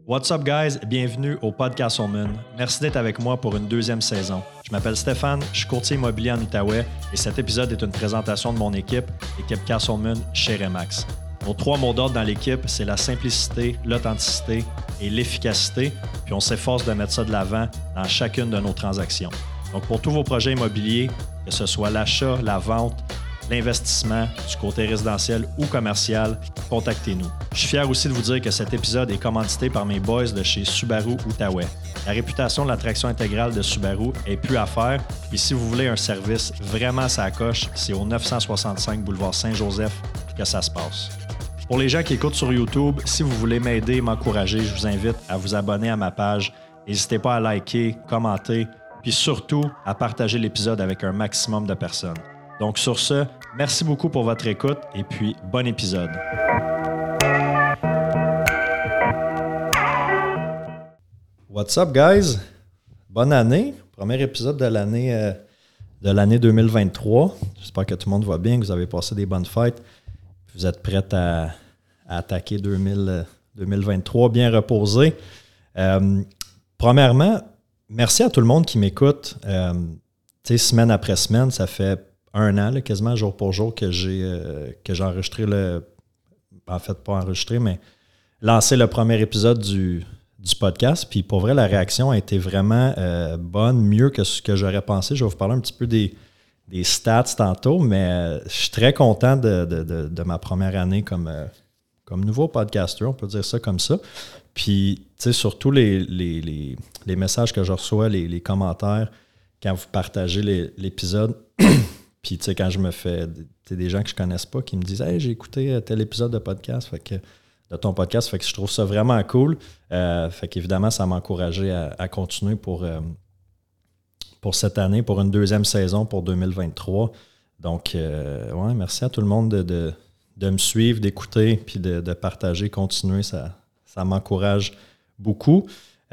What's up guys, bienvenue au Podcastleman. Merci d'être avec moi pour une deuxième saison. Je m'appelle Stéphane, je suis courtier immobilier en Outaouais et cet épisode est une présentation de mon équipe Castleman chez Remax. Nos 3 mots d'ordre dans l'équipe, c'est la simplicité, l'authenticité et l'efficacité, puis on s'efforce de mettre ça de l'avant dans chacune de nos transactions. Donc pour tous vos projets immobiliers, que ce soit l'achat, la vente, l'investissement, du côté résidentiel ou commercial, contactez-nous. Je suis fier aussi de vous dire que cet épisode est commandité par mes boys de chez Subaru Outaouais. La réputation de la traction intégrale de Subaru est plus à faire. Et si vous voulez un service vraiment sa coche, c'est au 965 boulevard Saint-Joseph que ça se passe. Pour les gens qui écoutent sur YouTube, si vous voulez m'aider et m'encourager, je vous invite à vous abonner à ma page. N'hésitez pas à liker, commenter, puis surtout à partager l'épisode avec un maximum de personnes. Donc sur ce, merci beaucoup pour votre écoute et puis bon épisode. What's up guys? Bonne année. Premier épisode de l'année 2023. J'espère que tout le monde va bien, que vous avez passé des bonnes fêtes. Vous êtes prêts à attaquer 2023 bien reposé. Premièrement, merci à tout le monde qui m'écoute. Semaine après semaine, ça fait 1 an, là, quasiment jour pour jour, que j'ai enregistré en fait, pas enregistré, mais lancé le premier épisode du podcast. Puis pour vrai, la réaction a été vraiment bonne, mieux que ce que j'aurais pensé. Je vais vous parler un petit peu des stats tantôt, mais je suis très content de ma première année comme nouveau podcaster, on peut dire ça comme ça. Puis, tu sais, surtout les messages que je reçois, les commentaires, quand vous partagez l'épisode. Puis, tu sais, quand je me fais des gens que je ne connaisse pas qui me disent « Hey, j'ai écouté tel épisode de podcast, de ton podcast, fait que je trouve ça vraiment cool. » Fait qu'évidemment, ça m'a encouragé à continuer pour cette année, pour une deuxième saison pour 2023. Donc, ouais, merci à tout le monde de me suivre, d'écouter, puis de partager, continuer. Ça m'encourage beaucoup.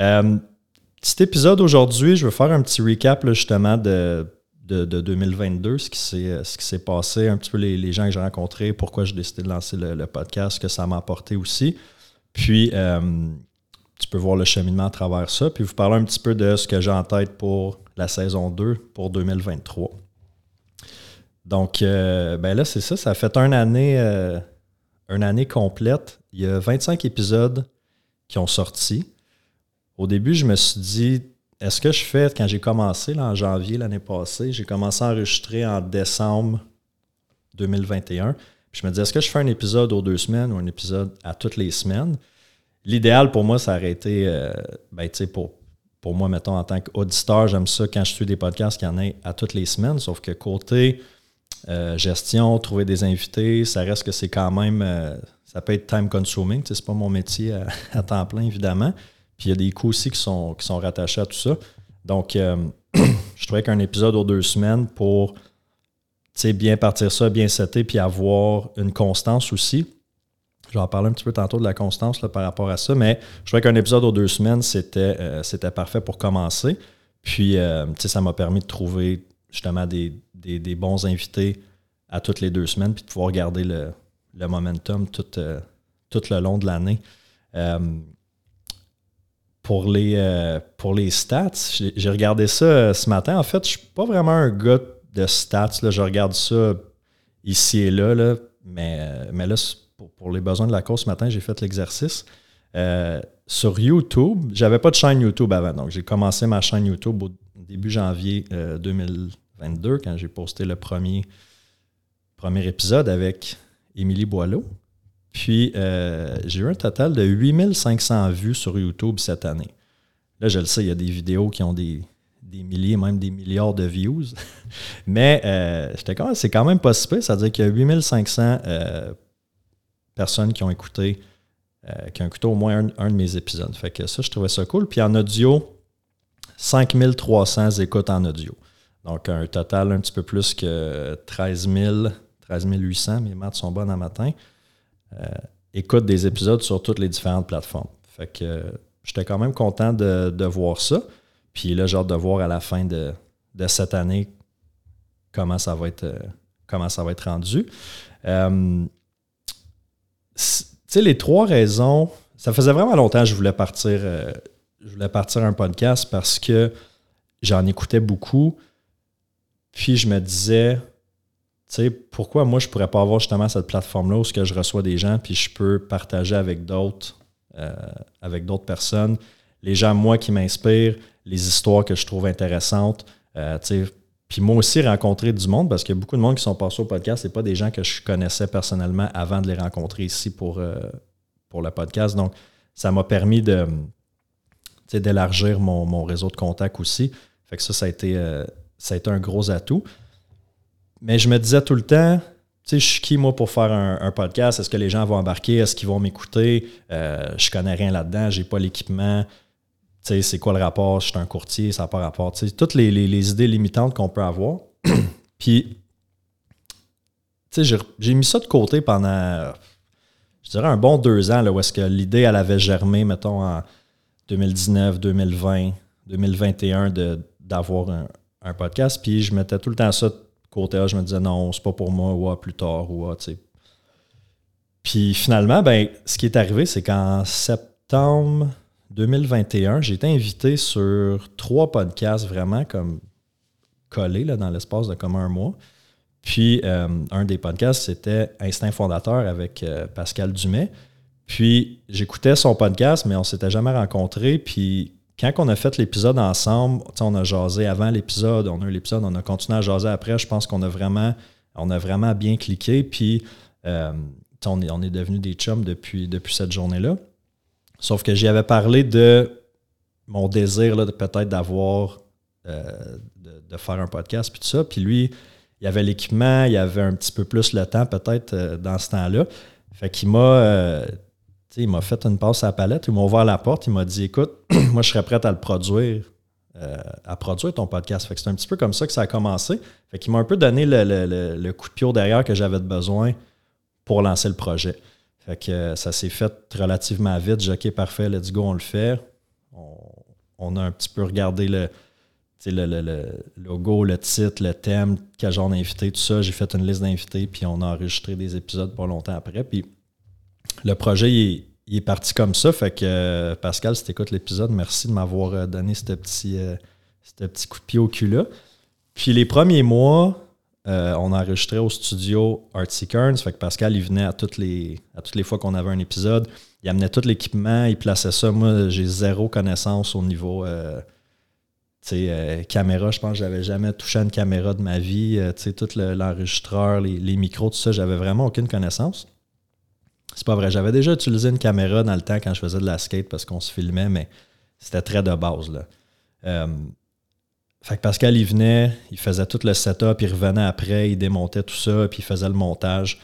Petit épisode aujourd'hui, je veux faire un petit recap là, justement de 2022, ce qui s'est passé, un petit peu les gens que j'ai rencontrés, pourquoi j'ai décidé de lancer le podcast, ce que ça m'a apporté aussi. Puis, tu peux voir le cheminement à travers ça, puis vous parler un petit peu de ce que j'ai en tête pour la saison 2 pour 2023. Donc, ben là, c'est ça, ça a fait une année complète. Il y a 25 épisodes qui ont sorti. Au début, je me suis dit, est-ce que je fais, quand j'ai commencé là, en janvier l'année passée, j'ai commencé à enregistrer en décembre 2021. Puis je me dis, est-ce que je fais un épisode aux 2 semaines ou un épisode à toutes les semaines? L'idéal pour moi, ça aurait été, tu sais, pour moi, mettons, en tant qu'auditeur, j'aime ça quand je suis des podcasts qu'il y en ait à toutes les semaines, sauf que côté gestion, trouver des invités, ça reste que c'est quand même, ça peut être time consuming, tu sais, c'est pas mon métier à temps plein, évidemment. Puis il y a des coûts aussi qui sont rattachés à tout ça. Donc, je trouvais qu'un épisode aux 2 semaines pour bien partir ça, bien setter, puis avoir une constance aussi. Je vais en parler un petit peu tantôt de la constance là, par rapport à ça, mais je trouvais qu'un épisode aux 2 semaines, c'était parfait pour commencer. Puis, ça m'a permis de trouver justement des bons invités à toutes les 2 semaines, puis de pouvoir garder le momentum tout le long de l'année. Pour les stats, j'ai regardé ça ce matin. En fait, je ne suis pas vraiment un gars de stats. Là. Je regarde ça ici et là, mais là, pour les besoins de la cause ce matin, j'ai fait l'exercice. Sur YouTube, j'avais pas de chaîne YouTube avant. Donc, j'ai commencé ma chaîne YouTube au début janvier 2022 quand j'ai posté le premier épisode avec Émilie Boileau. Puis, j'ai eu un total de 8500 vues sur YouTube cette année. Là, je le sais, il y a des vidéos qui ont des milliers, même des milliards de views. Mais c'est quand même pas si peu. C'est-à-dire qu'il y a 8500 personnes qui ont écouté au moins un de mes épisodes. Fait que ça, je trouvais ça cool. Puis en audio, 5300 écoutes en audio. Donc, un total un petit peu plus que 13 800. Mes maths sont bonnes à matin. Écoute des épisodes sur toutes les différentes plateformes. Fait que j'étais quand même content de voir ça. Puis là, j'ai hâte de voir à la fin de cette année comment ça va être rendu. Tu sais, les 3 raisons, ça faisait vraiment longtemps que je voulais partir un podcast parce que j'en écoutais beaucoup. Puis je me disais, tu sais, pourquoi moi je pourrais pas avoir justement cette plateforme-là où je reçois des gens puis je peux partager avec d'autres personnes, les gens, moi, qui m'inspirent, les histoires que je trouve intéressantes, tu sais. Puis moi aussi, rencontrer du monde, parce qu'il y a beaucoup de monde qui sont passés au podcast, c'est pas des gens que je connaissais personnellement avant de les rencontrer ici pour le podcast. Donc, ça m'a permis d'élargir mon réseau de contacts aussi. Fait que ça a été un gros atout. Mais je me disais tout le temps, tu sais, je suis qui, moi, pour faire un podcast? Est-ce que les gens vont embarquer? Est-ce qu'ils vont m'écouter? Je connais rien là-dedans, j'ai pas l'équipement. Tu sais, c'est quoi le rapport? Je suis un courtier, ça n'a pas rapport. Tu sais, toutes les idées limitantes qu'on peut avoir. Puis, tu sais, j'ai mis ça de côté pendant, je dirais, un bon 2 ans, là, où est-ce que l'idée, elle avait germé, mettons, en 2019, 2020, 2021, d'avoir un podcast. Puis, je mettais tout le temps ça de côté. Je me disais, non, c'est pas pour moi, ou plus tard, ou tu sais. Puis, finalement, ben, ce qui est arrivé, c'est qu'en septembre 2021, j'ai été invité sur 3 podcasts vraiment comme collés là, dans l'espace de comme un mois. Puis, un des podcasts, c'était Instinct Fondateur avec Pascal Dumais. Puis, j'écoutais son podcast, mais on ne s'était jamais rencontrés. Puis, quand on a fait l'épisode ensemble, on a jasé avant l'épisode, on a eu l'épisode, on a continué à jaser après. Je pense qu'on a vraiment bien cliqué. Puis, on est devenus des chums depuis cette journée-là. Sauf que j'y avais parlé de mon désir là, de peut-être d'avoir de faire un podcast puis tout ça. Puis lui, il avait l'équipement, il avait un petit peu plus le temps peut-être dans ce temps-là. Fait qu'il m'a fait une passe à la palette, il m'a ouvert la porte, il m'a dit écoute, moi je serais prêt à le produire, à produire ton podcast. Fait que c'est un petit peu comme ça que ça a commencé. Fait qu'il m'a un peu donné le coup de pied au derrière que j'avais besoin pour lancer le projet. Fait que ça s'est fait relativement vite. J'ai dit, OK, parfait, let's go, on le fait. On a un petit peu regardé le logo, le titre, le thème, quel genre d'invités, tout ça. J'ai fait une liste d'invités, puis on a enregistré des épisodes pas longtemps après. Puis le projet, il est parti comme ça. Fait que Pascal, si tu écoutes l'épisode, merci de m'avoir donné ce petit coup de pied au cul-là. Puis les premiers mois, on enregistrait au studio Artsy Kearns. Fait que Pascal, il venait à toutes les fois qu'on avait un épisode. Il amenait tout l'équipement, il plaçait ça. Moi, j'ai zéro connaissance au niveau caméra. Je pense que j'avais jamais touché à une caméra de ma vie. Tout l'enregistreur, les micros, tout ça, j'avais vraiment aucune connaissance. C'est pas vrai. J'avais déjà utilisé une caméra dans le temps quand je faisais de la skate parce qu'on se filmait, mais c'était très de base, là. Fait que Pascal, il venait, il faisait tout le setup, il revenait après, il démontait tout ça, puis il faisait le montage.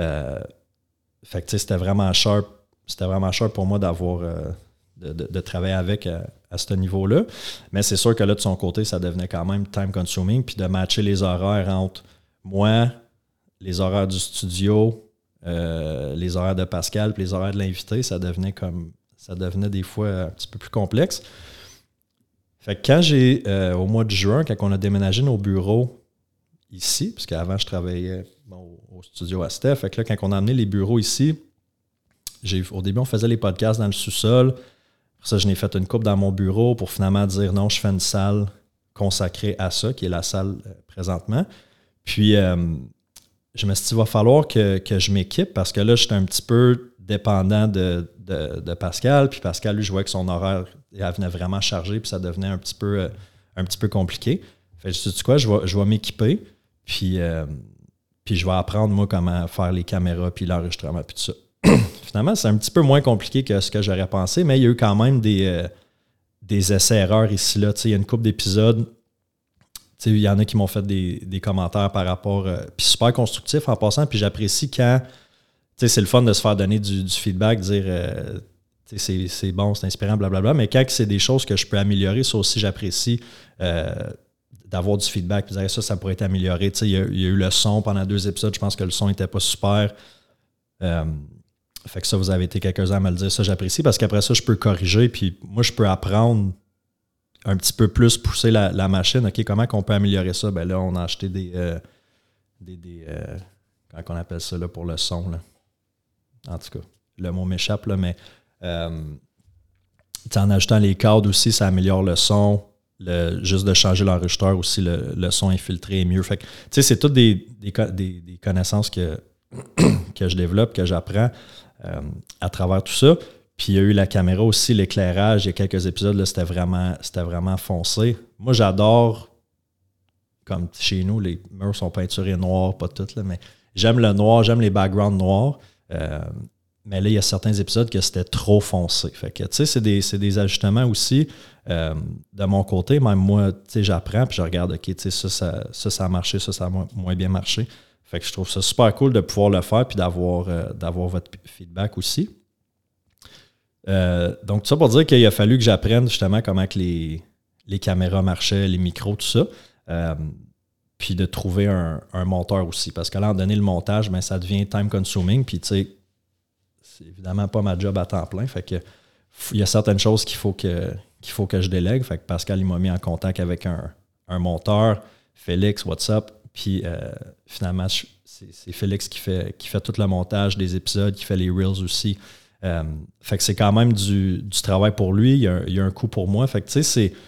Fait que c'était vraiment sharp. C'était vraiment sharp pour moi d'avoir de travailler avec à ce niveau-là. Mais c'est sûr que là, de son côté, ça devenait quand même time consuming, puis de matcher les horaires entre moi, les horaires du studio, les horaires de Pascal, puis les horaires de l'invité, ça devenait des fois un petit peu plus complexe. Fait que quand au mois de juin, quand on a déménagé nos bureaux ici, parce qu'avant, je travaillais au studio à Steph, fait que là, quand on a amené les bureaux ici, au début, on faisait les podcasts dans le sous-sol. Pour ça, je n'ai fait une coupe dans mon bureau pour finalement dire non, je fais une salle consacrée à ça, qui est la salle présentement. Puis, je me suis dit, il va falloir que je m'équipe parce que là, j'étais un petit peu dépendant de Pascal. Puis Pascal, lui, je voyais que son horaire elle venait vraiment chargé, puis ça devenait un petit peu compliqué. Fait que je me suis dit, quoi, je vais m'équiper, puis je vais apprendre, moi, comment faire les caméras, puis l'enregistrement, puis tout ça. Finalement, c'est un petit peu moins compliqué que ce que j'aurais pensé, mais il y a eu quand même des essais-erreurs ici, là. Il y a une couple d'épisodes. Il y en a qui m'ont fait des commentaires par rapport... puis super constructif en passant, puis j'apprécie quand... c'est le fun de se faire donner du feedback, dire... c'est bon, c'est inspirant, blablabla. Mais quand c'est des choses que je peux améliorer, ça aussi, j'apprécie d'avoir du feedback. Puis dire, ça pourrait être amélioré. Il y a eu le son pendant 2 épisodes. Je pense que le son n'était pas super. Fait que ça, vous avez été quelques-uns à me le dire. Ça, j'apprécie parce qu'après ça, je peux corriger. Puis moi, je peux apprendre un petit peu plus, pousser la machine. OK, comment on peut améliorer ça? Ben là, on a acheté comment on appelle ça là, pour le son? Là? En tout cas, le mot m'échappe, là, mais En ajoutant les cadres aussi, ça améliore le son. Juste de changer l'enregistreur aussi, le son infiltré est mieux. Fait que, c'est toutes des connaissances que je développe, que j'apprends à travers tout ça. Puis il y a eu la caméra aussi, l'éclairage. Il y a quelques épisodes, là, c'était vraiment foncé. Moi, j'adore, comme chez nous, les murs sont peinturés noirs, pas toutes, là, mais j'aime le noir, j'aime les backgrounds noirs. Mais là, il y a certains épisodes que c'était trop foncé. Fait que, c'est des ajustements aussi de mon côté. Même moi, j'apprends puis je regarde, OK, ça a marché, ça a moins bien marché. Fait que je trouve ça super cool de pouvoir le faire puis d'avoir votre feedback aussi. Donc, tout ça pour dire qu'il a fallu que j'apprenne justement comment que les caméras marchaient, les micros, tout ça. Puis de trouver un monteur aussi. Parce qu'à l'an donné, le montage, ben, ça devient time-consuming. Puis, c'est évidemment pas ma job à temps plein. Fait que il y a certaines choses qu'il faut que je délègue. Fait que Pascal, il m'a mis en contact avec un monteur, Félix, WhatsApp. Puis finalement, c'est Félix qui fait tout le montage des épisodes, qui fait les reels aussi. Fait que c'est quand même du travail pour lui. Il y a un coût pour moi. Fait que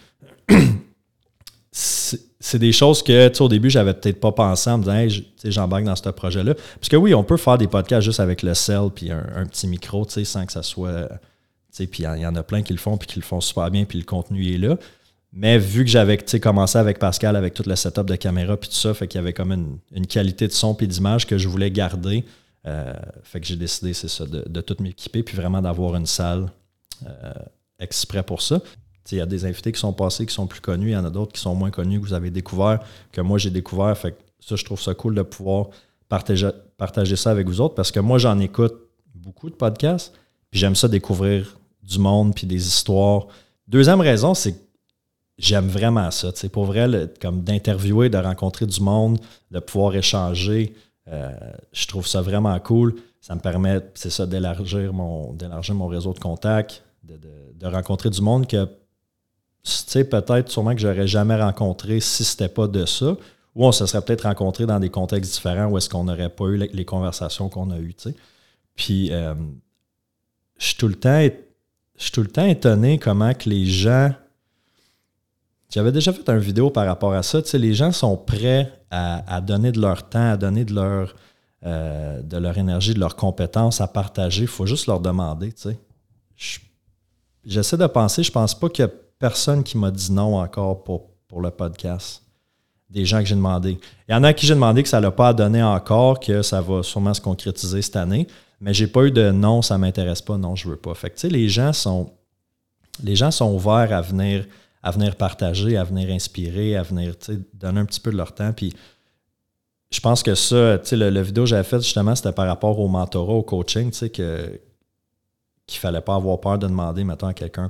c'est des choses que au début, j'avais peut-être pas pensé en me disant hey, j'embarque dans ce projet-là. Parce que oui, on peut faire des podcasts juste avec le cell puis un petit micro sans que ça soit. Puis il y en a plein qui le font puis qui le font super bien, puis le contenu est là. Mais vu que j'avais commencé avec Pascal, avec tout le setup de caméra puis tout ça, fait qu'il y avait comme une qualité de son puis d'image que je voulais garder. Fait que j'ai décidé, c'est ça, de tout m'équiper puis vraiment d'avoir une salle exprès pour ça. Il y a des invités qui sont passés, qui sont plus connus. Il y en a d'autres qui sont moins connus, que vous avez découvert, que moi j'ai découvert. Fait que ça, je trouve ça cool de pouvoir partager ça avec vous autres parce que moi, j'en écoute beaucoup de podcasts puis j'aime ça découvrir du monde puis des histoires. Deuxième raison, c'est que j'aime vraiment ça. Pour vrai, comme d'interviewer, de rencontrer du monde, de pouvoir échanger, je trouve ça vraiment cool. Ça me permet, c'est ça, d'élargir mon réseau de contacts, de rencontrer du monde que peut-être sûrement que j'aurais jamais rencontré si c'était pas de ça, ou on se serait peut-être rencontré dans des contextes différents où est-ce qu'on n'aurait pas eu les conversations qu'on a eues. Puis je suis tout le temps étonné comment que les gens. J'avais déjà fait une vidéo par rapport à ça. Les gens sont prêts à donner de leur temps, à donner de leur énergie, de leurs compétences, à partager. Il faut juste leur demander. J'essaie de penser, je pense pas qu'il y a personne qui m'a dit non encore pour le podcast. Des gens que j'ai demandé. Il y en a à qui j'ai demandé que ça ne l'a pas donné encore, que ça va sûrement se concrétiser cette année. Mais j'ai pas eu de non, ça ne m'intéresse pas, non, je veux pas. Fait que les gens sont ouverts à venir partager, à venir inspirer, à venir donner un petit peu de leur temps. Puis je pense que ça, le vidéo que j'avais fait justement, c'était par rapport au mentorat, au coaching, qu'il ne fallait pas avoir peur de demander, mettons, à quelqu'un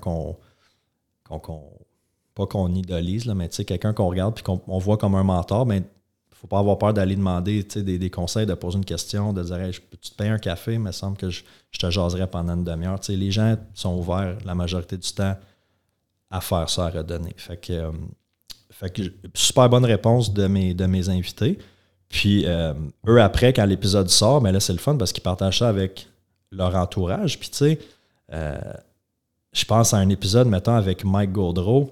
pas qu'on idolise, là, mais quelqu'un qu'on regarde puis qu'on voit comme un mentor, mais il ne faut pas avoir peur d'aller demander des conseils, de poser une question, de dire hey, peux-tu te payer un café? Il me semble que je te jaserais pendant une demi-heure. Les gens sont ouverts la majorité du temps à faire ça, à redonner. Fait que super bonne réponse de mes invités. Puis eux, après, quand l'épisode sort, mais là, c'est le fun parce qu'ils partagent ça avec leur entourage. Puis je pense à un épisode, mettons, avec Mike Gaudreau.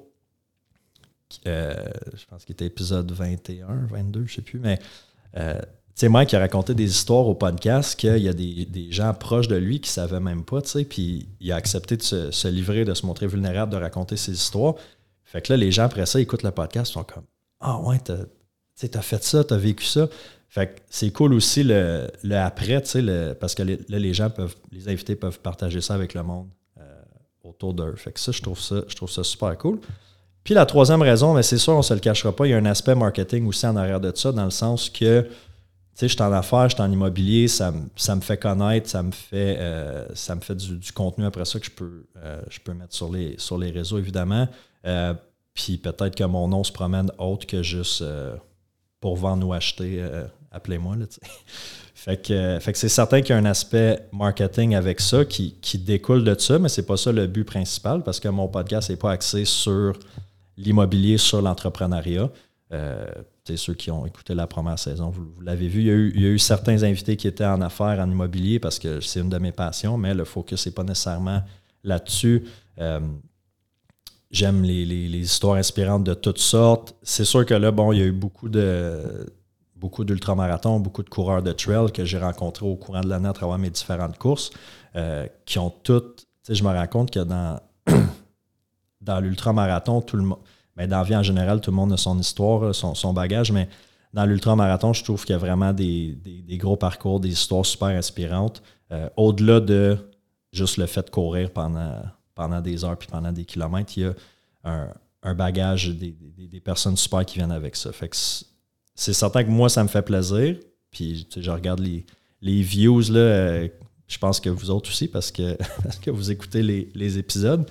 Je pense qu'il était épisode 21, 22, je ne sais plus, mais Mike a raconté des histoires au podcast qu'il y a des gens proches de lui qui ne savaient même pas, puis il a accepté de se livrer, de se montrer vulnérable, de raconter ses histoires. Fait que là, les gens après ça, écoutent le podcast, sont comme « Ah ouais, t'as fait ça, t'as vécu ça ». Fait que c'est cool aussi le après, parce que là, les invités peuvent partager ça avec le monde autour d'eux. Fait que ça, je trouve ça super cool. Puis la troisième raison, mais c'est sûr, on ne se le cachera pas, il y a un aspect marketing aussi en arrière de ça, dans le sens que je suis en affaires, je suis en immobilier, ça me fait connaître, ça me fait du contenu après ça que je peux mettre sur les réseaux, évidemment. Puis peut-être que mon nom se promène autre que juste pour vendre ou acheter, appelez-moi. Là, fait que c'est certain qu'il y a un aspect marketing avec ça qui découle de ça, mais c'est pas ça le but principal parce que mon podcast n'est pas axé sur l'immobilier, sur l'entrepreneuriat. ceux qui ont écouté la première saison, vous l'avez vu. Il y a eu certains invités qui étaient en affaires, en immobilier, parce que c'est une de mes passions, mais le focus n'est pas nécessairement là-dessus. J'aime les histoires inspirantes de toutes sortes. C'est sûr que là, il y a eu beaucoup d'ultramarathons, beaucoup de coureurs de trail que j'ai rencontrés au courant de l'année à travers mes différentes courses, qui ont toutes... Je me rends compte que dans l'ultramarathon, tout le monde... Mais dans la vie en général, tout le monde a son histoire, son bagage, mais dans l'ultramarathon, je trouve qu'il y a vraiment des gros parcours, des histoires super inspirantes, au-delà de juste le fait de courir pendant des heures puis pendant des kilomètres. Il y a un bagage, des personnes super qui viennent avec ça. Fait que c'est certain que moi, ça me fait plaisir. Puis je regarde les views, là, je pense que vous autres aussi, parce que vous écoutez les épisodes.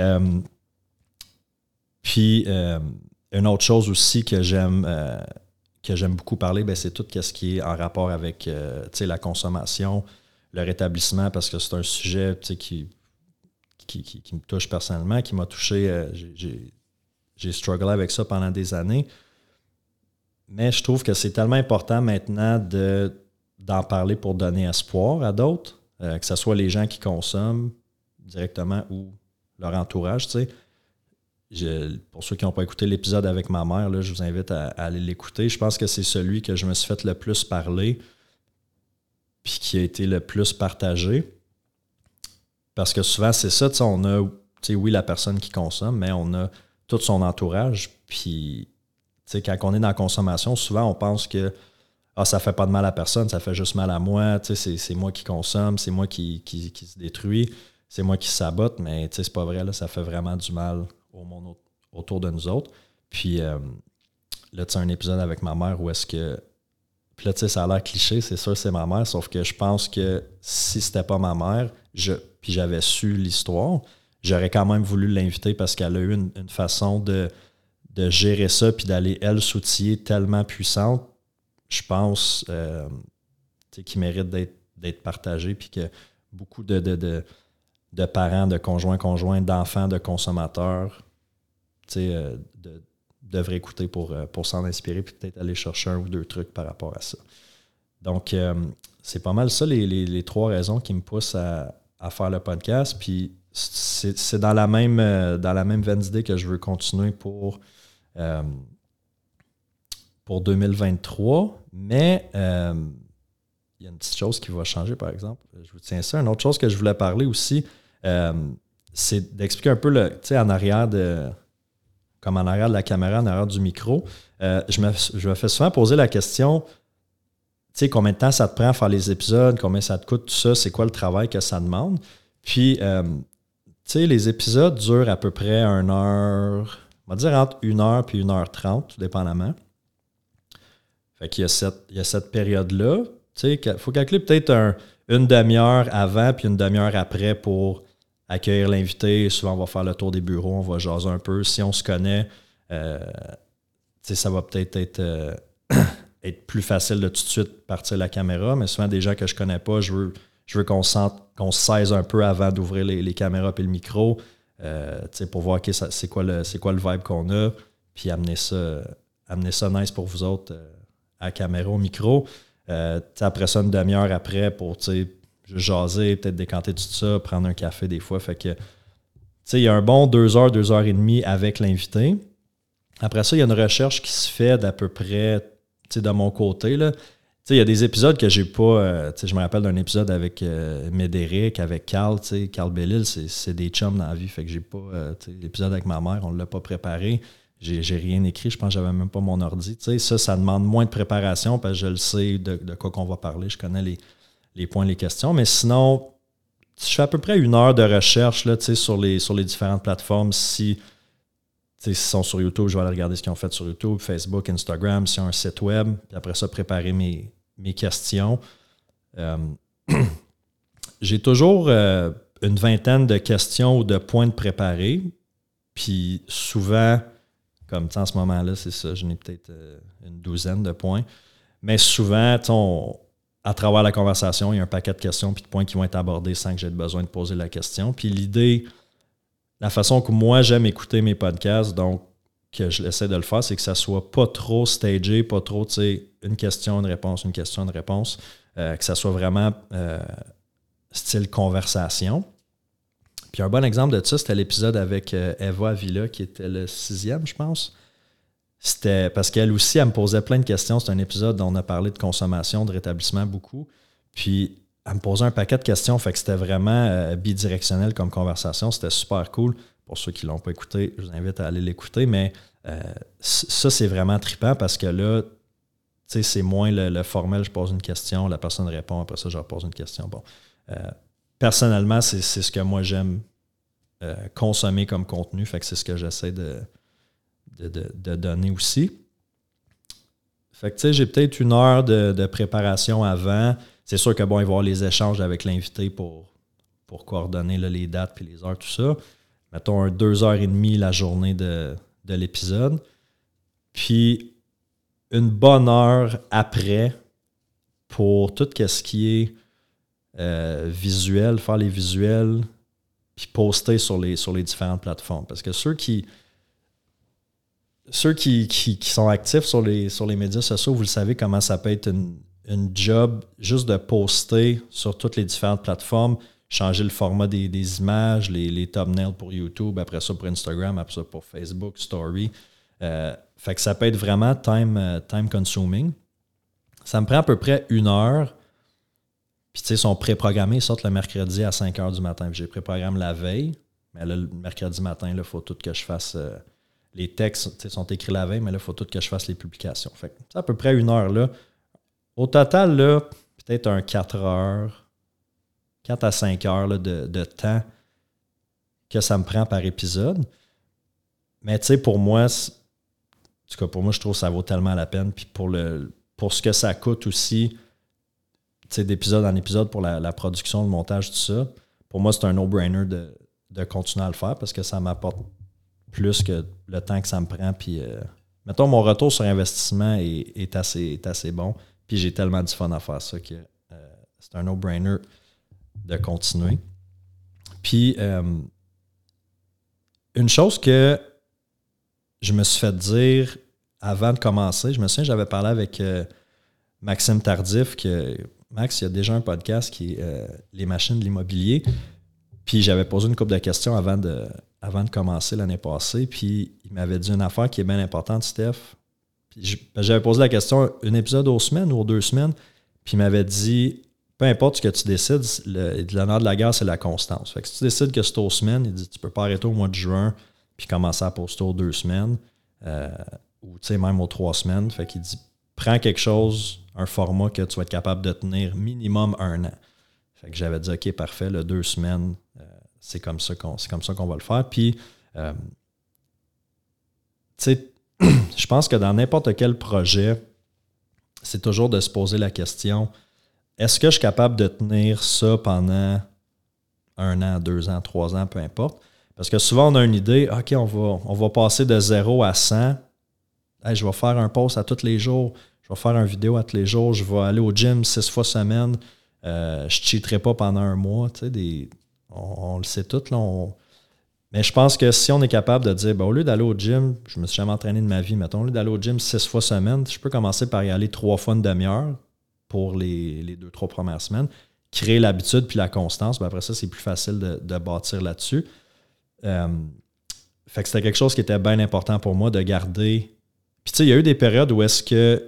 Puis, une autre chose aussi que j'aime beaucoup parler, c'est tout ce qui est en rapport avec la consommation, le rétablissement, parce que c'est un sujet qui me touche personnellement, qui m'a touché. J'ai strugglé avec ça pendant des années. Mais je trouve que c'est tellement important maintenant d'en parler pour donner espoir à d'autres, que ce soit les gens qui consomment directement ou leur entourage, tu sais. Pour ceux qui n'ont pas écouté l'épisode avec ma mère, là, je vous invite à aller l'écouter. Je pense que c'est celui que je me suis fait le plus parler puis qui a été le plus partagé. Parce que souvent, c'est ça, on a, oui, la personne qui consomme, mais on a tout son entourage. Puis, quand on est dans la consommation, souvent, on pense que ça fait pas de mal à personne, ça fait juste mal à moi. C'est moi qui consomme, c'est moi qui se détruit, c'est moi qui sabote, mais c'est pas vrai, là, ça fait vraiment du mal au monde autour de nous autres. Puis là, tu as un épisode avec ma mère où est-ce que... Puis là, ça a l'air cliché, c'est sûr, c'est ma mère, sauf que je pense que si c'était pas ma mère, puis j'avais su l'histoire, j'aurais quand même voulu l'inviter parce qu'elle a eu une façon de gérer ça puis d'aller, elle, s'outiller tellement puissante, je pense, qui mérite d'être partagée puis que beaucoup de parents, de conjoints, d'enfants, de consommateurs, devraient écouter pour s'en inspirer puis peut-être aller chercher un ou deux trucs par rapport à ça. Donc, c'est pas mal ça, les trois raisons qui me poussent à faire le podcast. Puis, c'est dans la même veine d'idée que je veux continuer pour 2023. Mais il y a une petite chose qui va changer, par exemple. Je vous tiens ça. Une autre chose que je voulais parler aussi, c'est d'expliquer un peu en arrière comme en arrière de la caméra, en arrière du micro. Je me fais souvent poser la question, combien de temps ça te prend à faire les épisodes, combien ça te coûte, tout ça, c'est quoi le travail que ça demande. Puis, les épisodes durent à peu près 1 heure, on va dire entre 1 heure et 1h30, tout dépendamment. Fait qu'il y a cette période-là. Il faut calculer peut-être une demi-heure avant puis une demi-heure après pour accueillir l'invité. Souvent, on va faire le tour des bureaux, on va jaser un peu. Si on se connaît, ça va peut-être être plus facile de tout de suite partir la caméra. Mais souvent, des gens que je connais pas, je veux qu'on se saise un peu avant d'ouvrir les caméras et le micro pour voir c'est quoi le vibe qu'on a, puis amener ça nice pour vous autres à la caméra, au micro. Après ça, une demi-heure après pour jaser, peut-être décanter tout ça, prendre un café des fois. Fait que il y a un bon 2 heures, 2 heures et demie avec l'invité. Après ça, il y a une recherche qui se fait d'à peu près de mon côté. Là. Il y a des épisodes que j'ai pas. Je me rappelle d'un épisode avec Médéric, avec Carl. Carl Bellil, c'est des chums dans la vie. Fait que j'ai pas. L'épisode avec ma mère, on ne l'a pas préparé. J'ai rien écrit. Je pense que j'avais même pas mon ordi. Ça demande moins de préparation parce que je le sais de quoi qu'on va parler. Je connais les points, les questions. Mais sinon, je fais à peu près 1 heure de recherche là, sur les différentes plateformes. Si s'ils sont sur YouTube, je vais aller regarder ce qu'ils ont fait sur YouTube, Facebook, Instagram, s'ils ont un site web. Puis après ça, préparer mes questions. J'ai toujours une vingtaine de questions ou de points de préparer. Puis souvent, comme en ce moment-là, c'est ça, j'en ai peut-être une douzaine de points. Mais souvent, à travers la conversation, il y a un paquet de questions puis de points qui vont être abordés sans que j'aie besoin de poser la question. Puis l'idée, la façon que moi, j'aime écouter mes podcasts, donc que j'essaie de le faire, c'est que ça soit pas trop stagé, pas trop, tu sais, une question, une réponse, que ça soit vraiment style conversation. Puis un bon exemple de ça, c'était l'épisode avec Eva Avila, qui était le 6e, je pense. C'était parce qu'elle aussi, elle me posait plein de questions. C'est un épisode où on a parlé de consommation, de rétablissement beaucoup. Puis elle me posait un paquet de questions, fait que c'était vraiment bidirectionnel comme conversation. C'était super cool. Pour ceux qui ne l'ont pas écouté, je vous invite à aller l'écouter, mais ça, c'est vraiment trippant parce que là, tu sais, c'est moins le formel, je pose une question, la personne répond, après ça, je repose une question. Bon. Personnellement, c'est ce que moi j'aime consommer comme contenu, fait que c'est ce que j'essaie de donner aussi. Fait que tu sais, j'ai peut-être 1 heure de préparation avant. C'est sûr que bon, il va y avoir les échanges avec l'invité pour coordonner là, les dates puis les heures, tout ça. Mettons 2h30 la journée de l'épisode. Puis une bonne heure après pour tout ce qui est visuel, faire les visuels, puis poster sur les différentes plateformes. Parce que ceux qui sont actifs sur les médias sociaux, vous le savez comment ça peut être une job juste de poster sur toutes les différentes plateformes, changer le format des images, les thumbnails pour YouTube, après ça pour Instagram, après ça pour Facebook, Story. Fait que ça peut être vraiment time consuming. Ça me prend à peu près 1 heure. Puis tu sais, ils sont préprogrammés, ils sortent le mercredi à 5 h du matin. Puis j'ai préprogrammé la veille, mais là, le mercredi matin, il faut tout que je fasse... les textes sont écrits la veille, mais là, il faut tout que je fasse les publications. Fait que c'est à peu près 1 heure là. Au total, là, peut-être un 4 heures, 4 à 5 heures là, de temps que ça me prend par épisode. Mais tu sais, pour moi, en tout cas, pour moi, je trouve que ça vaut tellement la peine. Puis pour ce que ça coûte aussi, tu sais, d'épisode en épisode pour la production, le montage, tout ça, pour moi, c'est un no-brainer de continuer à le faire parce que ça m'apporte plus que le temps que ça me prend. Puis, mettons, mon retour sur investissement est assez bon. Puis, j'ai tellement du fun à faire ça que c'est un no-brainer de continuer. Puis, une chose que je me suis fait dire avant de commencer, je me souviens, j'avais parlé avec Maxime Tardif, que Max, il y a déjà un podcast qui est Les machines de l'immobilier. Puis, j'avais posé une couple de questions avant de commencer l'année passée, puis il m'avait dit une affaire qui est bien importante, Steph. Puis j'avais posé la question, un épisode aux semaines ou aux 2 semaines, puis il m'avait dit, peu importe ce que tu décides, l'honneur de la guerre, c'est la constance. Fait que si tu décides que c'est aux semaines, il dit, tu peux pas arrêter au mois de juin, puis commencer à poster aux 2 semaines, ou tu sais, même aux 3 semaines. Fait qu'il dit, prends quelque chose, un format que tu vas être capable de tenir minimum 1 an. Fait que j'avais dit, OK, parfait, le 2 semaines, c'est comme ça qu'on va le faire. Puis, tu sais, je pense que dans n'importe quel projet, c'est toujours de se poser la question, est-ce que je suis capable de tenir ça pendant 1 an, 2 ans, 3 ans, peu importe? Parce que souvent, on a une idée, OK, on va passer de 0 à 100. Hey, je vais faire un post à tous les jours, je vais faire une vidéo à tous les jours, je vais aller au gym 6 fois semaine, je ne cheaterai pas pendant 1 mois, tu sais, on le sait tout, là. Mais je pense que si on est capable de dire, au lieu d'aller au gym, je me suis jamais entraîné de ma vie, mettons, au lieu d'aller au gym 6 fois semaine, je peux commencer par y aller 3 fois une demi-heure pour les 2-3 premières semaines, créer l'habitude puis la constance. Puis après ça, c'est plus facile de bâtir là-dessus. Fait que c'était quelque chose qui était bien important pour moi de garder. Puis tu sais, il y a eu des périodes où est-ce que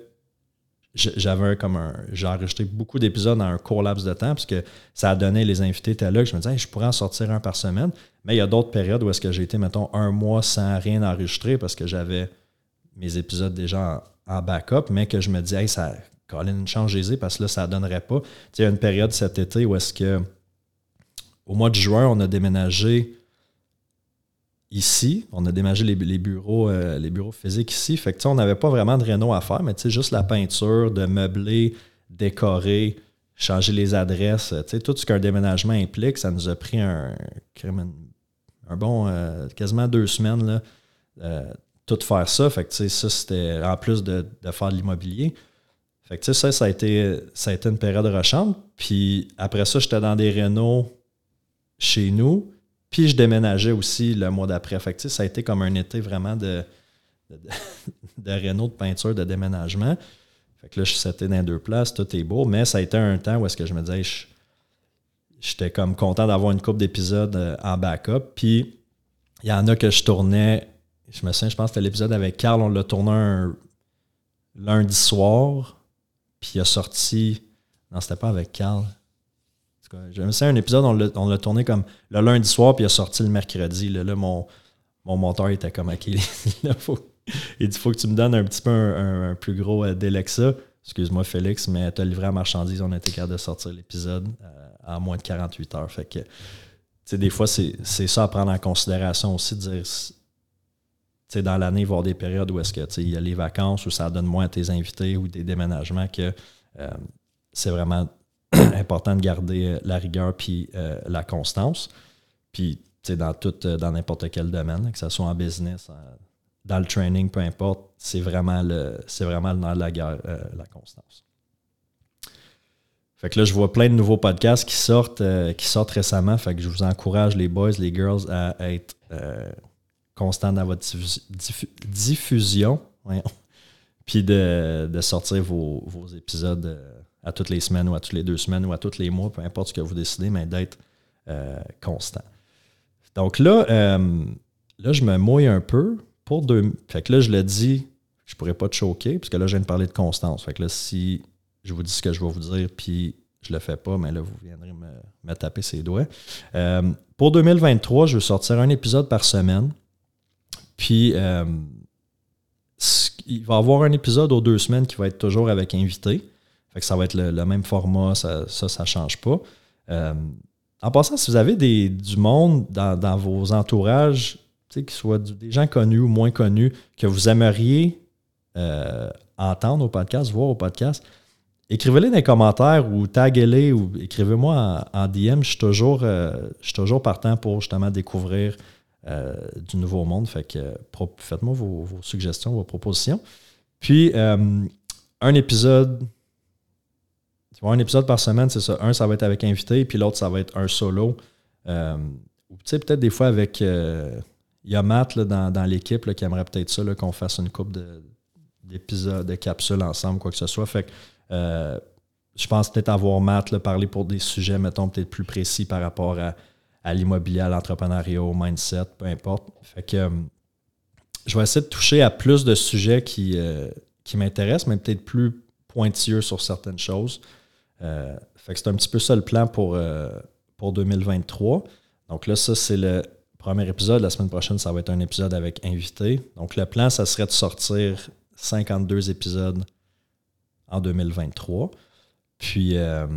j'ai enregistré beaucoup d'épisodes dans un court laps de temps parce que ça a donné, les invités étaient là, que je me disais, je pourrais en sortir 1 par semaine. Mais il y a d'autres périodes où est-ce que j'ai été, mettons, 1 mois sans rien enregistrer parce que j'avais mes épisodes déjà en backup, mais que je me dis, ça, Colin, une chance, j'ai parce que là, ça ne donnerait pas. Tu sais, il y a une période cet été où est-ce que, au mois de juin, on a déménagé ici. On a déménagé les bureaux physiques ici. Fait que, tu sais, on n'avait pas vraiment de réno à faire, mais tu sais, juste la peinture, de meubler, décorer, changer les adresses. Tu sais, tout ce qu'un déménagement implique, ça nous a pris un bon quasiment 2 semaines là, tout faire ça. Fait que, tu sais, ça, c'était en plus de faire de l'immobilier. Fait que, tu sais, ça a été une période rushante. Puis après ça, j'étais dans des rénos chez nous. Puis je déménageais aussi le mois d'après. Fait que, tu sais, ça a été comme un été vraiment de de réno, de peinture, de déménagement. Fait que là, je suis seté dans 2 places, tout est beau, mais ça a été un temps où est-ce que je me disais, j'étais comme content d'avoir une couple d'épisodes en backup. Puis, il y en a que je tournais, je me souviens, je pense que c'était l'épisode avec Carl, on l'a tourné un lundi soir, puis il a sorti, non, c'était pas avec Carl. Je me souviens, un épisode, on l'a tourné comme le lundi soir, puis il a sorti le mercredi. Là, mon monteur était comme, OK, là, il dit, faut que tu me donnes un petit peu un plus gros délai que ça. Excuse-moi, Félix, mais tu as livré à marchandise, on a été capable de sortir l'épisode en moins de 48 heures. Fait que, des fois, c'est ça à prendre en considération aussi, de dire, dans l'année, il va y avoir des périodes où est-ce que il y a les vacances, où ça donne moins à tes invités ou des déménagements, que c'est vraiment important de garder la rigueur puis la constance. Puis, dans n'importe quel domaine, que ce soit en business, dans le training, peu importe, c'est vraiment le nerf de la guerre, la constance. Fait que là, je vois plein de nouveaux podcasts qui sortent récemment. Fait que je vous encourage, les boys, les girls, à être constants dans votre diffusion. Puis de sortir vos épisodes à toutes les semaines ou à toutes les 2 semaines ou à tous les mois, peu importe ce que vous décidez, mais d'être constant. Donc là, je me mouille un peu. Fait que là, je le dis, je pourrais pas te choquer, parce que là, je viens de parler de constance. Fait que là, si je vous dis ce que je vais vous dire, puis je le fais pas, mais là, vous viendrez me taper ses doigts. Pour 2023, je vais sortir un épisode par semaine. Puis, il va y avoir un épisode aux 2 semaines qui va être toujours avec invité. Fait que ça va être le même format, ça change pas. En passant, si vous avez du monde dans vos entourages, qu'ils soient des gens connus ou moins connus, que vous aimeriez entendre au podcast, voir au podcast, écrivez-les dans les commentaires ou taguez-les ou écrivez-moi en DM. Je suis toujours partant pour justement découvrir du nouveau monde. Fait que faites-moi vos suggestions, vos propositions. Puis, un épisode par semaine, c'est ça. Un, ça va être avec invité, puis l'autre, ça va être un solo. Peut-être des fois avec... il y a Matt là, dans l'équipe là, qui aimerait peut-être ça, là, qu'on fasse une couple d'épisodes, de capsules ensemble, quoi que ce soit. Fait que je pense peut-être avoir Matt là, parler pour des sujets, mettons, peut-être plus précis par rapport à l'immobilier, à l'entrepreneuriat, au mindset, peu importe. Fait que je vais essayer de toucher à plus de sujets qui m'intéressent, mais peut-être plus pointilleux sur certaines choses. Fait que c'est un petit peu ça le plan pour 2023. Donc là, ça, c'est le premier épisode. La semaine prochaine, ça va être un épisode avec invité. Donc le plan, ça serait de sortir 52 épisodes en 2023. Puis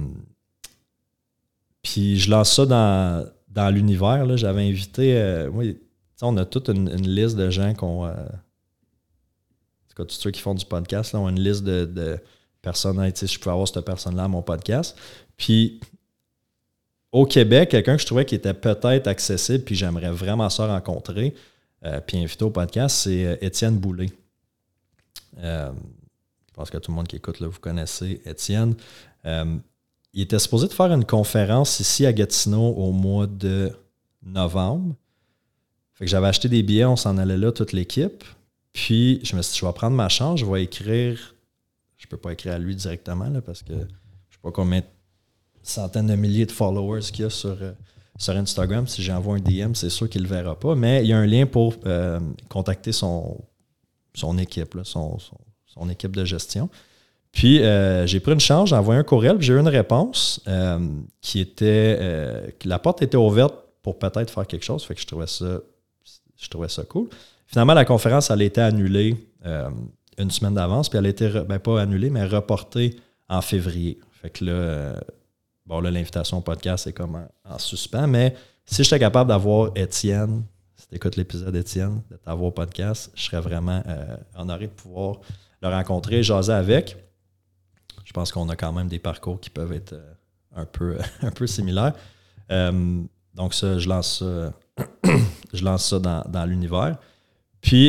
je lance ça dans l'univers. Là. J'avais invité... on a toute une liste de gens qu'on... en tout cas, tous ceux qui font du podcast là, ont une liste de personnes. Je pouvais avoir cette personne-là à mon podcast. Puis au Québec, quelqu'un que je trouvais qui était peut-être accessible, puis j'aimerais vraiment ça rencontrer, puis inviter au podcast, c'est Étienne Boulay. Je pense que tout le monde qui écoute, là, vous connaissez Étienne. Il était supposé de faire une conférence ici à Gatineau au mois de novembre. Fait que j'avais acheté des billets, on s'en allait là, toute l'équipe. Puis je me suis dit, je vais prendre ma chance, je vais écrire. Je peux pas écrire à lui directement, là, parce que je sais pas combien de centaines de milliers de followers qu'il y a sur Instagram. Si j'envoie un DM, c'est sûr qu'il le verra pas. Mais il y a un lien pour contacter son équipe, là, son équipe de gestion. Puis, j'ai pris une chance, j'ai envoyé un courriel, puis j'ai eu une réponse qui était... la porte était ouverte pour peut-être faire quelque chose. Fait que je trouvais ça cool. Finalement, la conférence, elle a été annulée une semaine d'avance, puis elle a été, pas annulée, mais reportée en février. Fait que là, l'invitation au podcast est comme en suspens, mais si j'étais capable d'avoir Étienne, si tu écoutes l'épisode Étienne, de t'avoir au podcast, je serais vraiment honoré de pouvoir le rencontrer, jaser avec. Je pense qu'on a quand même des parcours qui peuvent être un peu similaires. Donc ça, je lance ça dans l'univers. Puis,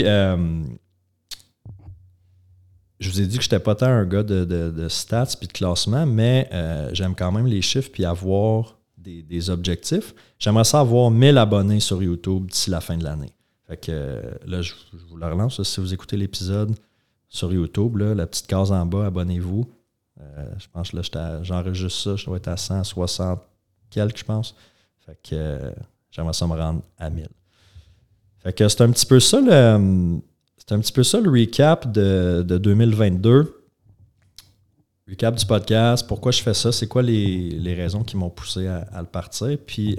je vous ai dit que je n'étais pas tant un gars de stats puis de classement, mais j'aime quand même les chiffres puis avoir des objectifs. J'aimerais ça avoir 1000 abonnés sur YouTube d'ici la fin de l'année. Fait que là, je vous le relance. Si vous écoutez l'épisode sur YouTube, là, la petite case en bas, abonnez-vous. Je pense que là, j'enregistre ça, je dois être à 160 quelques, je pense. Fait que j'aimerais ça me rendre à 1000. Fait que c'est un petit peu ça le recap de 2022. Recap du podcast, pourquoi je fais ça, c'est quoi les raisons qui m'ont poussé à le partir, puis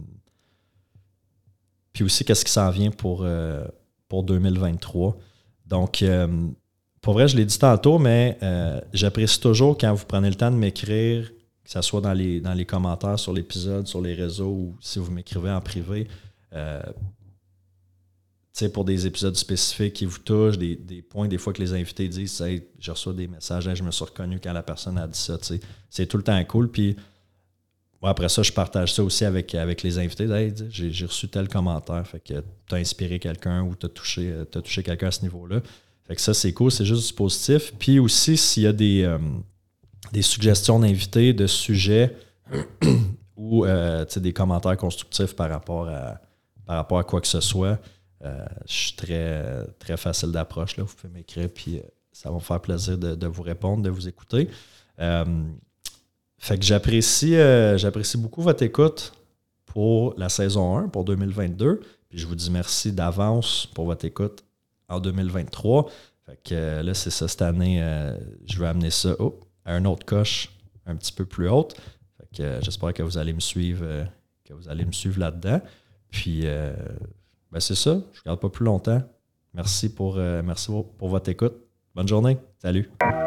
aussi qu'est-ce qui s'en vient pour 2023. Donc, pour vrai, je l'ai dit tantôt, mais j'apprécie toujours quand vous prenez le temps de m'écrire, que ce soit dans les commentaires sur l'épisode, sur les réseaux, ou si vous m'écrivez en privé. Pour des épisodes spécifiques qui vous touchent, des points, des fois que les invités disent hey, je reçois des messages, hey, je me suis reconnu quand la personne a dit ça. C'est tout le temps cool. Puis moi, après ça, je partage ça aussi avec les invités. Hey, j'ai reçu tel commentaire. Fait que tu as inspiré quelqu'un ou tu as touché quelqu'un à ce niveau-là. Fait que ça, c'est cool, c'est juste du positif. Puis aussi, s'il y a des suggestions d'invités, de sujets ou des commentaires constructifs par rapport à quoi que ce soit. Je suis très, très facile d'approche. Là. Vous pouvez m'écrire, puis ça va me faire plaisir de vous répondre, de vous écouter. Fait que j'apprécie beaucoup votre écoute pour la saison 1, pour 2022. Puis je vous dis merci d'avance pour votre écoute en 2023. Fait que là, c'est ça, cette année, je vais amener ça à un autre coche un petit peu plus haute. Fait que j'espère que vous allez me suivre, là-dedans. Puis c'est ça, je ne garde pas plus longtemps. Merci pour votre écoute. Bonne journée. Salut.